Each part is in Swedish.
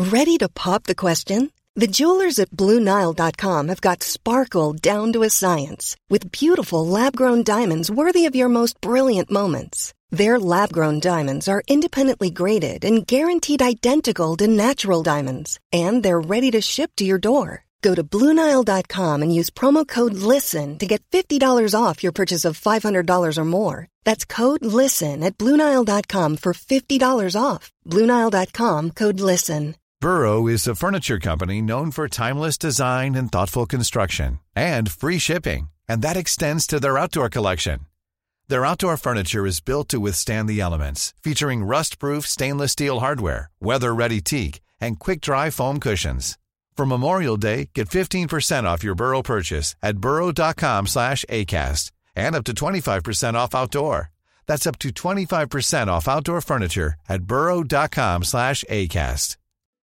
Ready to pop the question? The jewelers at BlueNile.com have got sparkle down to a science with beautiful lab-grown diamonds worthy of your most brilliant moments. Their lab-grown diamonds are independently graded and guaranteed identical to natural diamonds, and they're ready to ship to your door. Go to BlueNile.com and use promo code LISTEN to get $50 off your purchase of $500 or more. That's code LISTEN at BlueNile.com for $50 off. BlueNile.com, code LISTEN. Burrow is a furniture company known for timeless design and thoughtful construction, and free shipping, and that extends to their outdoor collection. Their outdoor furniture is built to withstand the elements, featuring rust-proof stainless steel hardware, weather-ready teak, and quick-dry foam cushions. For Memorial Day, get 15% off your Burrow purchase at burrow.com/ACAST and up to 25% off outdoor. That's up to 25% off outdoor furniture at burrow.com/ACAST.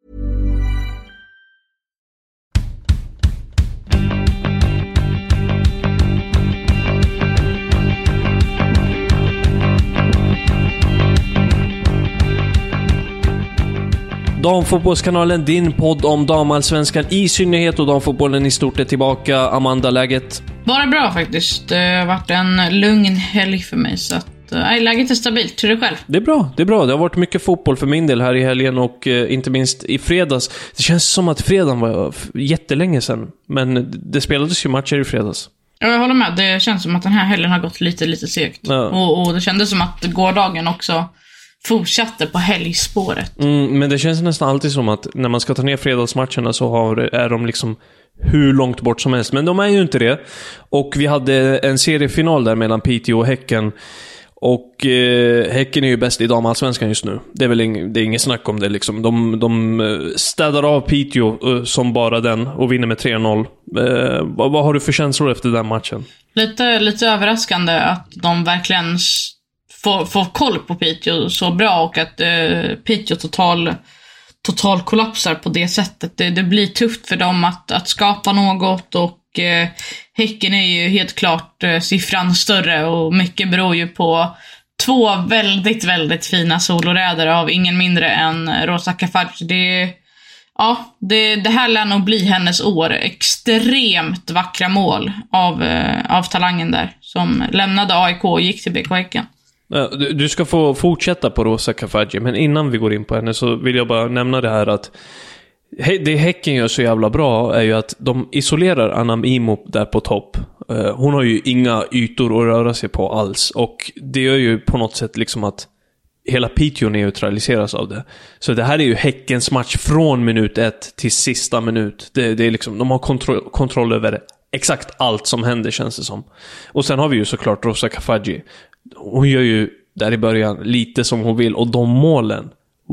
Damfotbollskanalen, din podd om damallsvenskan i synnerhet och damfotbollen i stort är tillbaka. Amanda, läget? Bara bra faktiskt. Det har varit en lugn helg för mig, så att läget är stabilt. Hur är det själv? Det är bra, det är bra. Det har varit mycket fotboll för min del här i helgen och inte minst i fredags. Det känns som att fredagen var jättelänge sedan, men det spelades ju matcher i fredags. Ja, jag håller med. Det känns som att den här helgen har gått lite segt. Ja. Och det kändes som att gårdagen också fortsatte på helgspåret. Men det känns nästan alltid som att när man ska ta ner fredagsmatcherna så är de liksom hur långt bort som helst. Men de är ju inte det. Och vi hade en seriefinal där mellan Piteå och Häcken. Och Häcken är ju bäst i damallsvenskan just nu. Det är väl det är inget snack om det liksom. De städar av Piteå som bara den och vinner med 3-0. Vad har du för känslor efter den matchen? Lite överraskande att de verkligen får koll på Piteå så bra, och att Piteå total kollapsar på det sättet. Det blir tufft för dem att skapa något, och Häcken är ju helt klart siffran större, och mycket beror ju på två väldigt, väldigt fina soloräder av ingen mindre än Rosa Kafaji. Det här lär nog bli hennes år. Extremt vackra mål av talangen där, som lämnade AIK och gick till BK Häcken. Du ska få fortsätta på Rosa Kafaji, men innan vi går in på henne så vill jag bara nämna det här att det Häcken gör så jävla bra är ju att de isolerar Anam Imo där på topp. Hon har ju inga ytor att röra sig på alls, och det gör ju på något sätt liksom att hela Piteå neutraliseras av det. Så det här är ju Häckens match från minut 1 till sista minut. Det är liksom, de har kontroll över exakt allt som händer, känns det som. Och sen har vi ju såklart Rosa Kafaji. Hon gör ju där i början lite som hon vill, och de målen,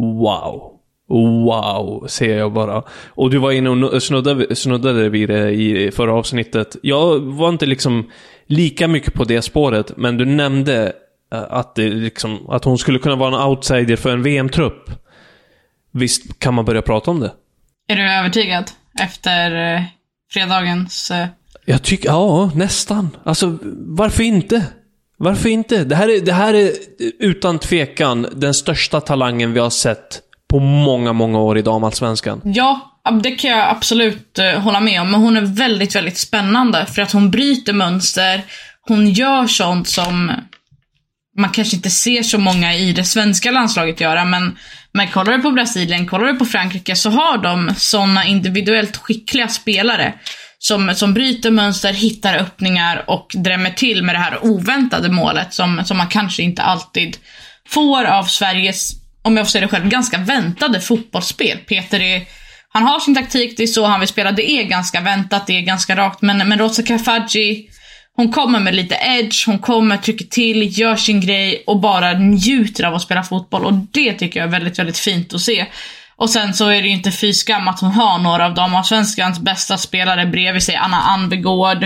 wow, ser jag bara. Och du var inne och snuddade vid det i förra avsnittet. Jag var inte liksom lika mycket på det spåret, men du nämnde att det liksom, att hon skulle kunna vara en outsider för en VM-trupp. Visst kan man börja prata om det? Är du övertygad efter fredagens? Jag tycker, ja, nästan. Alltså, varför inte? Varför inte? Det här är utan tvekan den största talangen vi har sett på många, många år i damallsvenskan. Ja, det kan jag absolut hålla med om. Men hon är väldigt, väldigt spännande, för att hon bryter mönster. Hon gör sånt som man kanske inte ser så många i det svenska landslaget göra. Men kollar du på Brasilien, kollar du på Frankrike, så har de såna individuellt skickliga spelare som bryter mönster, hittar öppningar och drämmer till med det här oväntade målet som man kanske inte alltid får av Sveriges, om jag får säga det själv, ganska väntade fotbollsspel. Peter han har sin taktik, det är så han vill spela, det är ganska väntat, det är ganska rakt, men Rosa Kafaji, hon kommer med lite edge, hon kommer, trycker till, gör sin grej och bara njuter av att spela fotboll, och det tycker jag är väldigt, väldigt fint att se. Och sen så är det ju inte fy skam att hon har några av dem av svenskans bästa spelare bredvid sig. Anna Anvegård,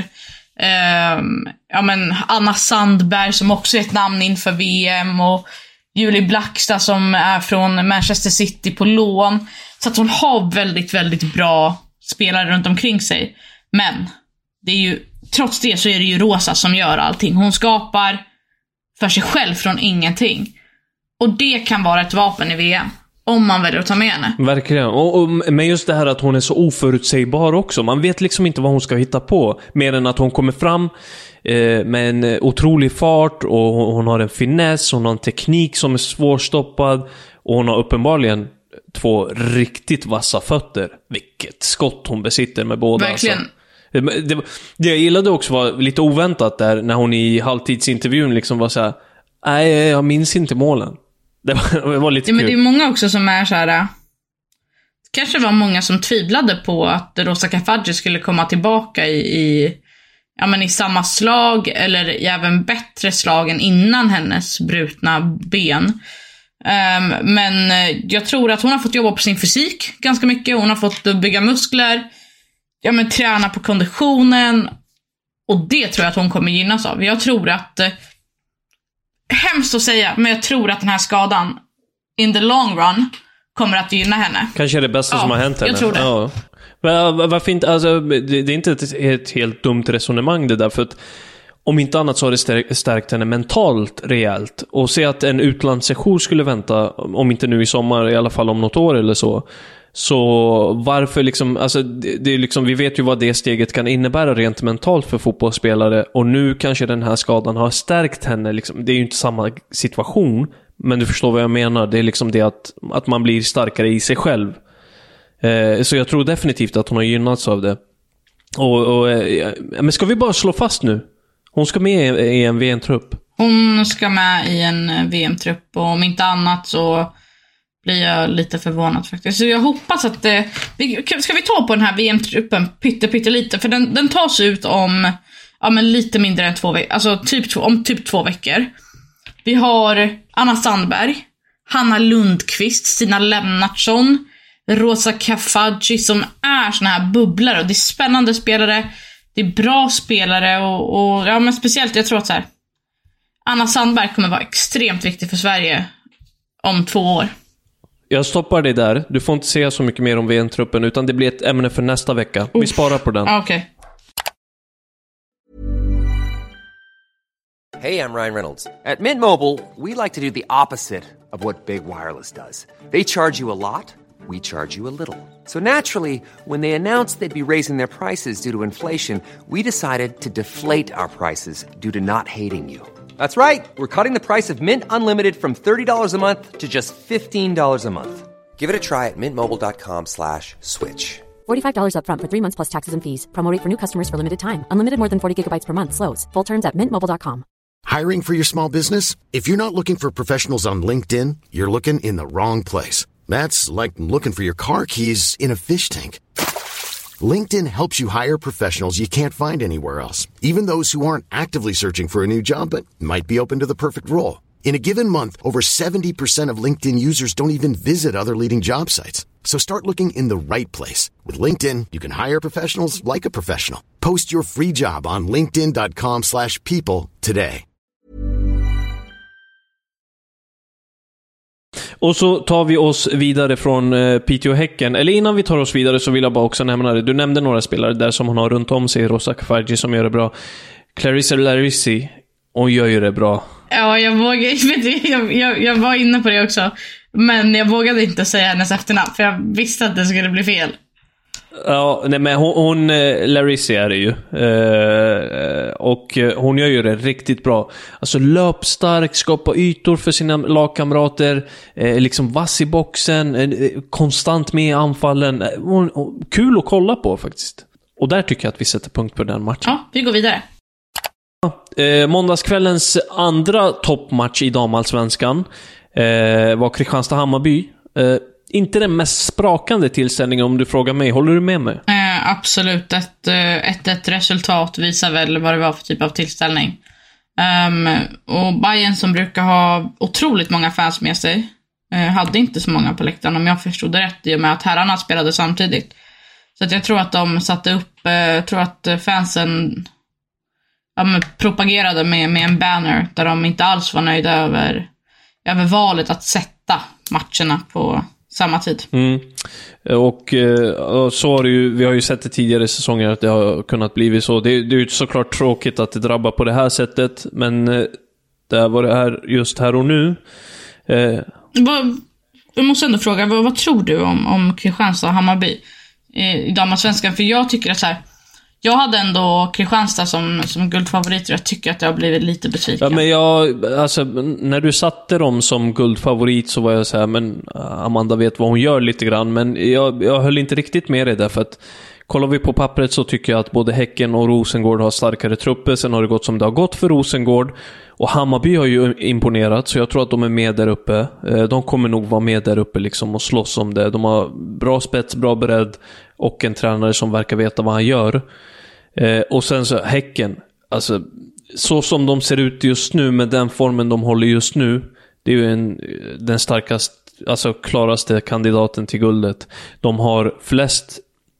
Anna Sandberg som också är ett namn inför VM, och Julie Blackstad som är från Manchester City på lån. Så att hon har väldigt, väldigt bra spelare runt omkring sig. Men det är ju, trots det så är det ju Rosa som gör allting. Hon skapar för sig själv från ingenting. Och det kan vara ett vapen i VM. om man väljer att ta med henne. Verkligen. Men just det här att hon är så oförutsägbar också. Man vet liksom inte vad hon ska hitta på. Mer än att hon kommer fram med en otrolig fart. Och hon har en finess. Hon har en teknik som är svårstoppad. Och hon har uppenbarligen 2 riktigt vassa fötter. Vilket skott hon besitter med båda. Verkligen. Alltså. Det jag gillade också var lite oväntat där. När hon i halvtidsintervjun liksom var så här: nej, jag minns inte målen. Det var lite kul. Men det är många också som är så här. Kanske var många som tvivlade på att Rosa Kafaji skulle komma tillbaka i samma slag eller i även bättre slag än innan hennes brutna ben. Men jag tror att hon har fått jobba på sin fysik ganska mycket. Hon har fått bygga muskler, träna på konditionen, och det tror jag att hon kommer gynnas av. Jag tror att, hemskt att säga, men jag tror att den här skadan in the long run kommer att gynna henne. Kanske är det bästa som har hänt henne. Jag tror det. Ja. Varför inte, alltså, det är inte ett helt dumt resonemang det där, för att om inte annat så har det stärkt henne mentalt rejält. Och se att en utlandssession skulle vänta, om inte nu i sommar, i alla fall om något år eller så. Så varför liksom, alltså det är liksom, vi vet ju vad det steget kan innebära rent mentalt för fotbollsspelare. Och nu kanske den här skadan har stärkt henne liksom. Det är ju inte samma situation, men du förstår vad jag menar. Det är liksom det att man blir starkare i sig själv. Så jag tror definitivt att hon har gynnats av det. Men ska vi bara slå fast nu? Hon ska med i en VM-trupp. Hon ska med i en VM-trupp, och om inte annat så blir jag lite förvånad faktiskt. Så jag hoppas att ska vi ta på den här VM-truppen pyttelite, för den tas ut om lite mindre än 2 veckor, alltså om typ 2 veckor. Vi har Anna Sandberg, Hanna Lundqvist, Stina Lennartsson, Rosa Kafaji, som är såna här bubblare, och det är spännande spelare, det är bra spelare, och men speciellt jag tror att så här, Anna Sandberg kommer vara extremt viktig för Sverige om 2 år. Jag stoppar dig där. Du får inte säga så mycket mer om VM-truppen, utan det blir ett ämne för nästa vecka. Vi sparar på den. Okej. Hey, I'm Ryan Reynolds. At Mint Mobile, we like to do the opposite of what Big Wireless does. They charge you a lot, we charge you a little. So naturally, when they announced they'd be raising their prices due to inflation, we decided to deflate our prices due to not hating you. That's right. We're cutting the price of Mint Unlimited from $30 a month to just $15 a month. Give it a try at mintmobile.com/switch. $45 up front for 3 months plus taxes and fees. Promo rate for new customers for limited time. Unlimited more than 40 gigabytes per month slows. Full terms at mintmobile.com. Hiring for your small business? If you're not looking for professionals on LinkedIn, you're looking in the wrong place. That's like looking for your car keys in a fish tank. LinkedIn helps you hire professionals you can't find anywhere else, even those who aren't actively searching for a new job but might be open to the perfect role. In a given month, over 70% of LinkedIn users don't even visit other leading job sites. So start looking in the right place. With LinkedIn, you can hire professionals like a professional. Post your free job on linkedin.com/people today. Och så tar vi oss vidare från Piteå Häcken. Eller innan vi tar oss vidare så vill jag bara också nämna det. Du nämnde några spelare där som hon har runt om sig. Rosa Kafaji som gör det bra. Clarissa Larissi, hon gör ju det bra. Ja, jag var inne på det också. Men jag vågade inte säga hennes efternamn, för jag visste att det skulle bli fel. Ja, nej, men hon Larissi är det ju. Och hon gör ju det riktigt bra. Alltså löpstark, skapa ytor för sina lagkamrater, liksom vass i boxen, konstant med i anfallen. Kul att kolla på faktiskt. Och där tycker jag att vi sätter punkt på den matchen. Ja, vi går vidare. Måndagskvällens andra toppmatch i damallsvenskan var Kristianstad-Hammarby. Inte den mest sprakande tillställningen om du frågar mig. Håller du med mig? Absolut. Ett resultat visar väl vad det var för typ av tillställning. Och Bayern som brukar ha otroligt många fans med sig hade inte så många på läktaren, om jag förstod det rätt, i och med att herrarna spelade samtidigt. Så att jag tror att de satte upp, tror att fansen propagerade med en banner där de inte alls var nöjda över valet att sätta matcherna på samma tid. Och så har det ju, vi har ju sett det tidigare säsonger att det har kunnat bli så. Det är ju såklart tråkigt att det drabbar på det här sättet, men det var det här just här och nu. Jag måste ändå fråga, vad tror du om Kristianstad och Hammarby i damallsvenskan? För jag tycker att så här, jag hade ändå Kristianstad som guldfavoriter. Jag tycker att jag har blivit lite besviken. Ja, men alltså, när du satte dem som guldfavorit så var jag så här, men Amanda vet vad hon gör lite grann. Men jag höll inte riktigt med det, därför att kollar vi på pappret så tycker jag att både Häcken och Rosengård har starkare trupper. Sen har det gått som det har gått för Rosengård. Och Hammarby har ju imponerat, så jag tror att de är med där uppe. De kommer nog vara med där uppe liksom och slåss om det. De har bra spets, bra bredd och en tränare som verkar veta vad han gör. Och sen så Häcken, alltså så som de ser ut just nu, med den formen de håller just nu, det är ju den starkaste, alltså klaraste kandidaten till guldet. De har flest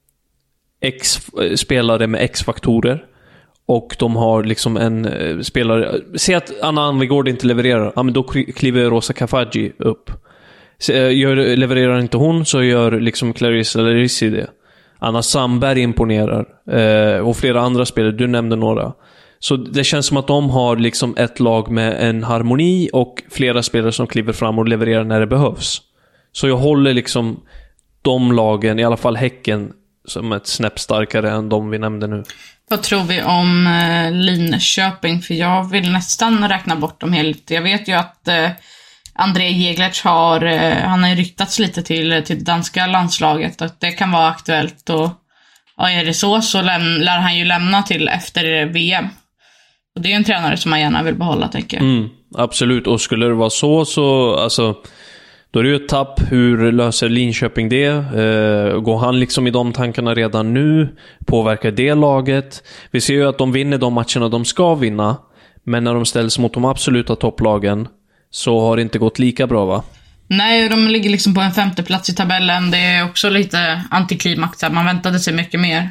spelare med X-faktorer. Och de har liksom en spelare. Se att Anna Anvegård inte levererar. Ja, men då kliver Rosa Kafaji upp. Levererar inte hon, så gör liksom Clarissa Larissi det. Anna Sandberg imponerar. Och flera andra spelare, du nämnde några. Så det känns som att de har liksom ett lag med en harmoni och flera spelare som kliver fram och levererar när det behövs. Så jag håller liksom de lagen, i alla fall Häcken, som ett snäpp starkare än de vi nämnde nu. Vad tror vi om Linköping? För jag vill nästan räkna bort dem helt. Jag vet ju att André Jeglerts han har ryktats lite till danska landslaget, och det kan vara aktuellt. Och är det så lär han ju lämna till efter VM. Och det är en tränare som man gärna vill behålla, tänker jag. Absolut, och skulle det vara så alltså, då är det ju ett tapp. Hur löser Linköping det? Går han liksom i de tankarna redan nu? Påverkar det laget? Vi ser ju att de vinner de matcherna de ska vinna. Men när de ställs mot de absoluta topplagen så har det inte gått lika bra, va? Nej, de ligger liksom på en 5:e plats i tabellen. Det är också lite antiklimax. Man väntade sig mycket mer.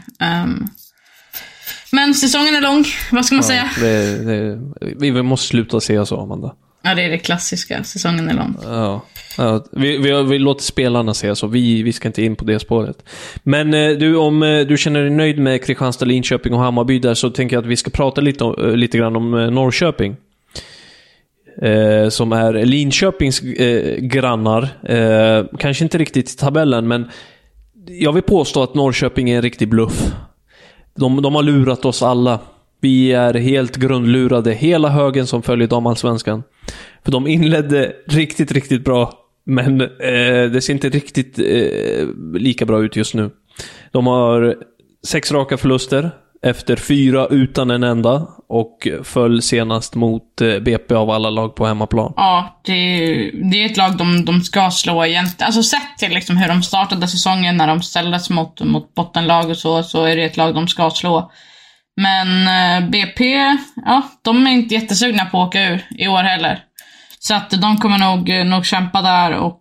Men säsongen är lång. Vad ska man säga? Vi måste sluta säga så, Amanda. Ja, det är det klassiska. Säsongen är lång. Ja, vi låter spelarna säga så. Vi ska inte in på det spåret. Men du, om du känner dig nöjd med Kristianstad, Linköping och Hammarby där, så tänker jag att vi ska prata lite grann om Norrköping. Som är Linköpings grannar. Kanske inte riktigt i tabellen, men jag vill påstå att Norrköping är en riktig bluff. De har lurat oss alla. Vi är helt grundlurade, hela högen som följer damallsvenskan. För de inledde riktigt, riktigt bra. Men det ser inte riktigt lika bra ut just nu. De har 6 raka förluster efter 4 utan en enda. Och föll senast mot BP av alla lag på hemmaplan. Ja, det är ett lag de ska slå egentligen. Alltså sett till liksom hur de startade säsongen, när de ställdes mot bottenlag och så är det ett lag de ska slå. Men BP, ja, de är inte jättesugna på att åka ur i år heller. Så att de kommer nog kämpa där. Och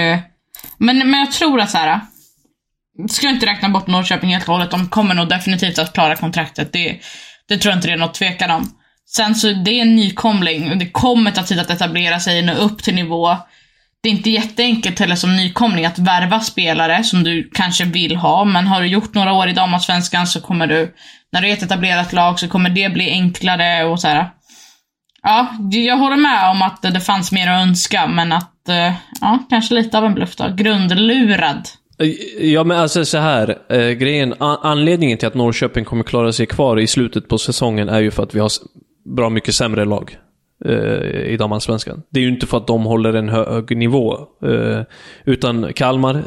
men jag tror att så här, ska inte räkna bort Norrköping helt och hållet. De kommer nog definitivt att klara kontraktet. Det tror jag inte det är något tvekan om. Sen så det är en nykomling, och det kommer ta tid att etablera sig nu upp till nivå. Det är inte jätteenkelt heller som nykomling att värva spelare som du kanske vill ha. Men har du gjort några år i damallsvenskan så kommer du, när du är ett etablerat lag, så kommer det bli enklare och så här. Ja, jag håller med om att det fanns mer att önska, men att kanske lite av en bluff då. Grundlurad. Ja, men alltså så här, grejen, anledningen till att Norrköping kommer klara sig kvar i slutet på säsongen är ju för att vi har bra mycket sämre lag i damallsvenskan. Det är ju inte för att de håller en hög nivå, utan Kalmar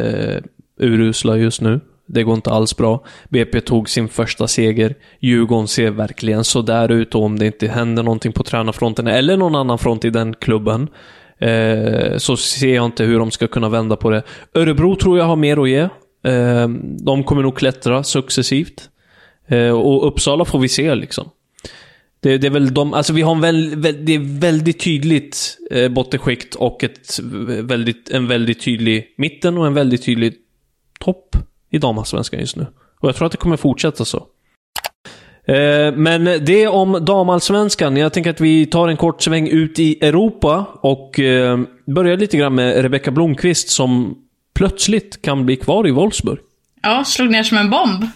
urusla just nu. Det går inte alls bra. BP tog sin första seger. Djurgården ser verkligen så där ut, och om det inte händer någonting på tränarfronten eller någon annan front i den klubben, så ser jag inte hur de ska kunna vända på det. Örebro tror jag har mer att ge. De kommer nog klättra successivt. Och Uppsala får vi se liksom. Det är väl alltså vi har det är väldigt tydligt bottenskikt och en väldigt tydlig mitten och en väldigt tydlig topp i damallsvenskan just nu. Och jag tror att det kommer fortsätta så. Men det om damallsvenskan. Jag tänker att vi tar en kort sväng ut i Europa och börjar lite grann med Rebecka Blomqvist, som plötsligt kan bli kvar i Wolfsburg. Ja, slog ner som en bomb.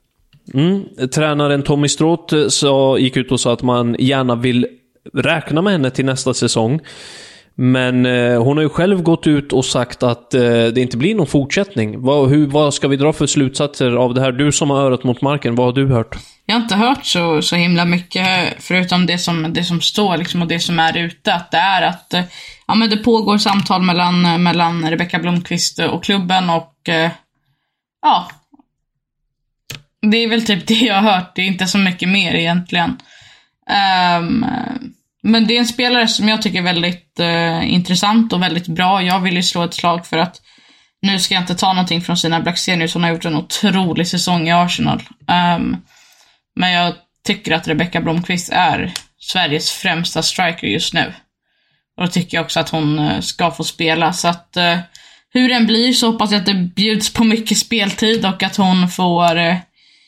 Tränaren Tommy Stroth gick ut och sa att man gärna vill räkna med henne till nästa säsong. Men hon har ju själv gått ut och sagt att det inte blir någon fortsättning. Vad ska vi dra för slutsatser av det här? Du som har örat mot marken, vad har du hört? Jag har inte hört så himla mycket, förutom det som står liksom, och det som är ute. Att det är att men det pågår samtal mellan Rebecka Blomqvist och klubben. Och det är väl typ det jag har hört. Det är inte så mycket mer egentligen. Men det är en spelare som jag tycker är väldigt intressant och väldigt bra. Jag vill ju slå ett slag för att nu ska jag inte ta någonting från Stina Blackstenius. Hon har gjort en otrolig säsong i Arsenal. Men jag tycker att Rebecka Blomqvist är Sveriges främsta striker just nu. Och då tycker jag också att hon ska få spela. Så att hur den blir så hoppas jag att det bjuds på mycket speltid. Och att hon får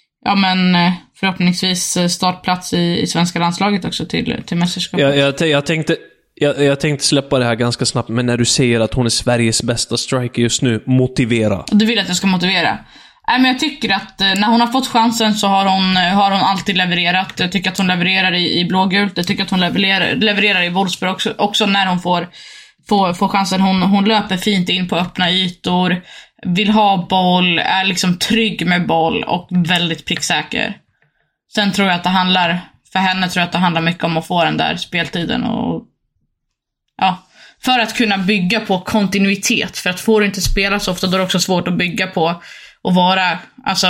förhoppningsvis startplats i svenska landslaget också till mästerskapet. Jag tänkte släppa det här ganska snabbt. Men när du säger att hon är Sveriges bästa striker just nu, motivera. Du vill att jag ska motivera? Nej, men jag tycker att när hon har fått chansen så har hon alltid levererat. Jag tycker att hon levererar i blågult. Jag tycker att hon levererar i Wolfsburg också när hon får chansen. Hon löper fint in på öppna ytor, vill ha boll, är liksom trygg med boll och väldigt pricksäker. Sen tror jag att för henne tror jag att det handlar mycket om att få den där speltiden och för att kunna bygga på kontinuitet. För att får du inte spela så ofta, då är det också svårt att bygga på och vara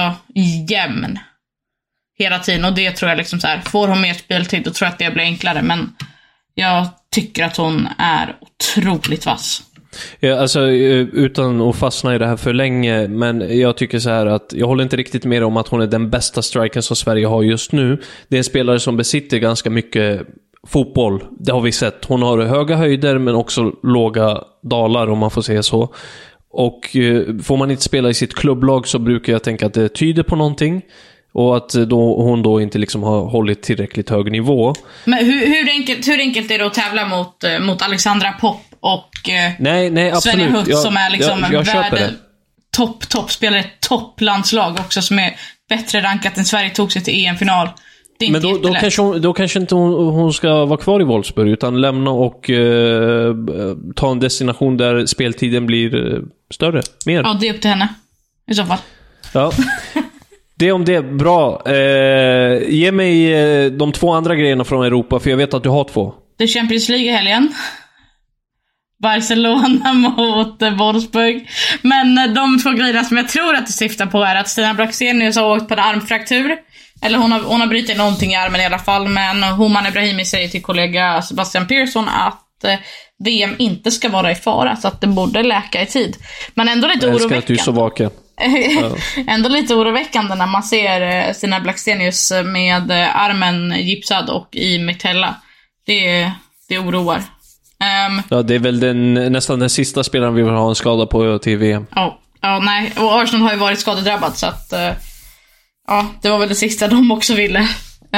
jämn hela tiden. Och det tror jag liksom så här, får hon mer speltid då tror jag att det blir enklare. Men jag tycker att hon är otroligt vass. Ja, alltså utan att fastna i det här för länge, men jag tycker så här att jag håller inte riktigt med om att hon är den bästa strikern som Sverige har just nu. Det är en spelare som besitter ganska mycket fotboll, det har vi sett. Hon har höga höjder men också låga dalar, om man får säga så. Och får man inte spela i sitt klubblag så brukar jag tänka att det tyder på någonting. Och att hon då inte liksom har hållit tillräckligt hög nivå. Men hur enkelt är det att tävla mot Alexandra Popp och nej, Svenja Hutt som är liksom jag toppspelare, topplandslag också, som är bättre rankat än Sverige tog sig till EM-final. Men då kanske inte hon ska vara kvar i Wolfsburg utan lämna och ta en destination där speltiden blir större, mer. Ja, det är upp till henne i så fall. Ja. Det om det, bra. Ge mig de 2 andra grejerna från Europa, för jag vet att du har 2. Det är Champions League i helgen. Barcelona mot Wolfsburg. Men de 2 grejerna som jag tror att det syftar på är att Stina Blackstenius har åkt på en armfraktur. Eller hon har brutit någonting i armen i alla fall. Men Homan Ebrahimi säger till kollega Sebastian Persson att VM inte ska vara i fara, så att det borde läka i tid. Men ändå lite oroväckande. Jag älskar att du är så vaken. Ändå lite oroväckande när man ser Stina Blackstenius med armen gipsad och i mitella. Det oroar. Ja, det är väl nästan den sista spelaren vi vill ha en skada på till VM. Ja, nej. Och Arsenal har ju varit skadedrabbad, så att det var väl det sista de också ville.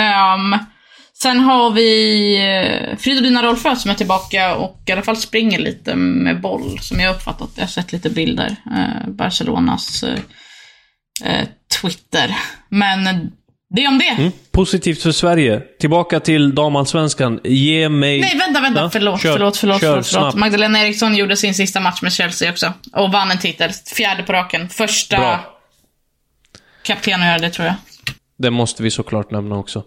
Sen har vi Fridolina Rolfö som är tillbaka och i alla fall springer lite med boll, som jag uppfattat. Jag har sett lite bilder. Barcelonas Twitter. Men det om det. Positivt för Sverige. Tillbaka till damallsvenskan. Ge mig... Nej, vänta. Ja? Förlåt. Magdalena Eriksson gjorde sin sista match med Chelsea också. Och vann en titel. 4:e på raken. Första kapten att göra det, tror jag. Det måste vi såklart nämna också.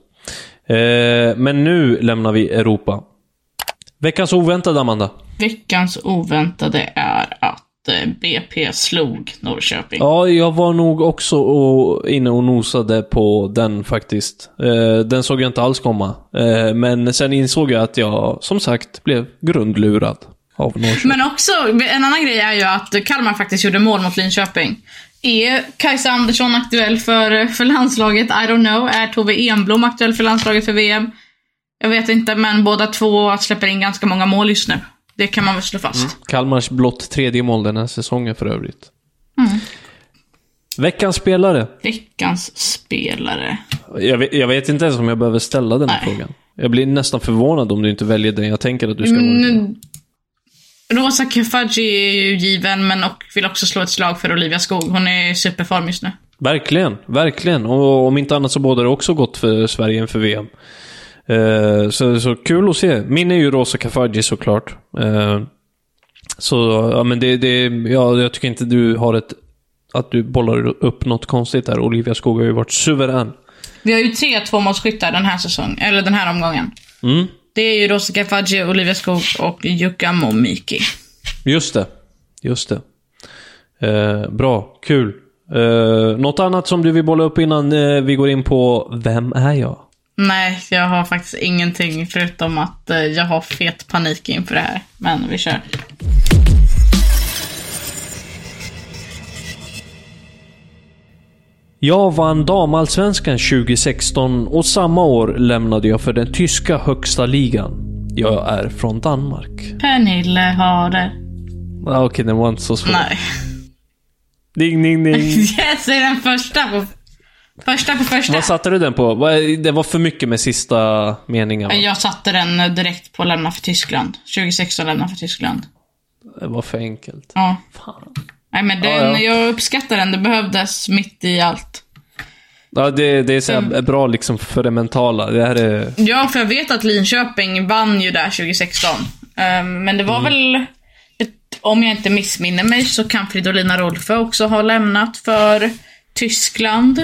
Men nu lämnar vi Europa. Veckans oväntade, Amanda. Veckans oväntade är att BP slog Norrköping. Ja, jag var nog också inne och nosade på den faktiskt. Den såg jag inte alls komma. Men sen insåg jag att jag, som sagt, blev grundlurad av Norrköping. Men också, en annan grej är ju att Kalmar faktiskt gjorde mål mot Linköping. Är Kajsa Andersson aktuell för landslaget? I don't know. Är Tove Enblom aktuell för landslaget för VM? Jag vet inte, men båda 2 släpper in ganska många mål just nu. Det kan man väl slå fast. Kalmars blott 3:e mål den här säsongen för övrigt. Veckans spelare. Jag vet inte ens om jag behöver ställa den här frågan. Jag blir nästan förvånad om du inte väljer den jag tänker att du ska vara. Rosa Kafaji är ju given, men och vill också slå ett slag för Olivia Skog. Hon är i superform just nu. Verkligen. Och om inte annat så båda det också gått för Sverige inför VM. Så kul att se. Min är ju Rosa Kafaji såklart. Så ja, men jag tycker inte du har att du bollar upp något konstigt där. Olivia Skog har ju varit suverän. Vi har ju 3 tvåmålsskyttar den här säsongen, eller den här omgången. Det är ju Rosa Kafaji, Olivia Skog och Yuka Momiki. Just det. Bra, kul. Något annat som du vill bolla upp innan vi går in på Vem är jag? Nej, jag har faktiskt ingenting förutom att jag har fet panik inför det här. Men vi kör. Jag vann damallsvenskan 2016 och samma år lämnade jag för den tyska högsta ligan. Jag är från Danmark. Pernille har det. Okej, den var inte så svår. Nej. Ding, ding, ding. Yes, är den första på första. Vad satte du den på? Det var för mycket med sista meningen, va? Jag satte den direkt på lämna för Tyskland. 2016 lämna för Tyskland. Det var för enkelt. Ja. Fan. Nej, men jag uppskattar den. Det behövdes mitt i allt. Ja, det är så bra liksom för det mentala. Det här är... Ja, för jag vet att Linköping vann ju där 2016. Men det var väl... Om jag inte missminner mig så kan Fridolina Rolfö också ha lämnat för Tyskland.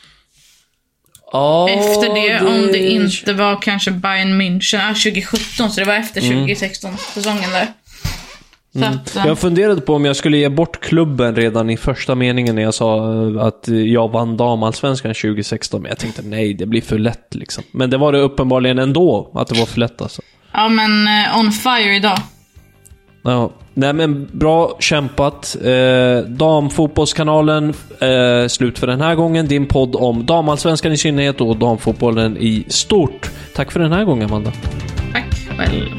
Efter det, om det inte var kanske Bayern München 2017, så det var efter 2016-säsongen där. Jag funderade på om jag skulle ge bort klubben redan i första meningen när jag sa att jag vann damallsvenskan 2016, men jag tänkte nej, det blir för lätt liksom. Men det var det uppenbarligen ändå, att det var för lätt alltså. Ja, men on fire idag. Ja, nej men bra kämpat. Damfotbollskanalen slut för den här gången. Din podd om damallsvenskan i synnerhet och damfotbollen i stort. Tack för den här gången, Amanda. Tack själv.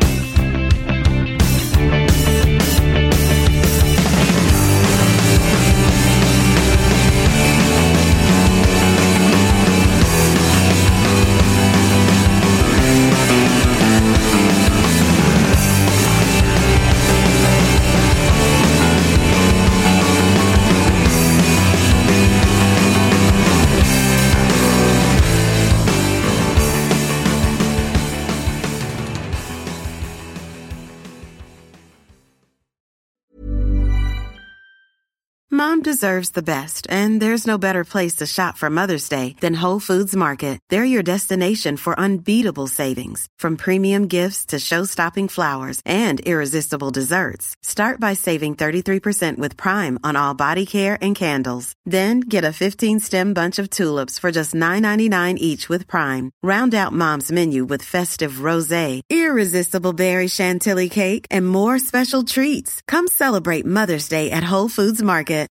Mom deserves the best, and there's no better place to shop for Mother's Day than Whole Foods Market. They're your destination for unbeatable savings, from premium gifts to show-stopping flowers and irresistible desserts. Start by saving 33% with Prime on all body care and candles. Then get a 15-stem bunch of tulips for just $9.99 each with Prime. Round out Mom's menu with festive rosé, irresistible berry chantilly cake, and more special treats. Come celebrate Mother's Day at Whole Foods Market.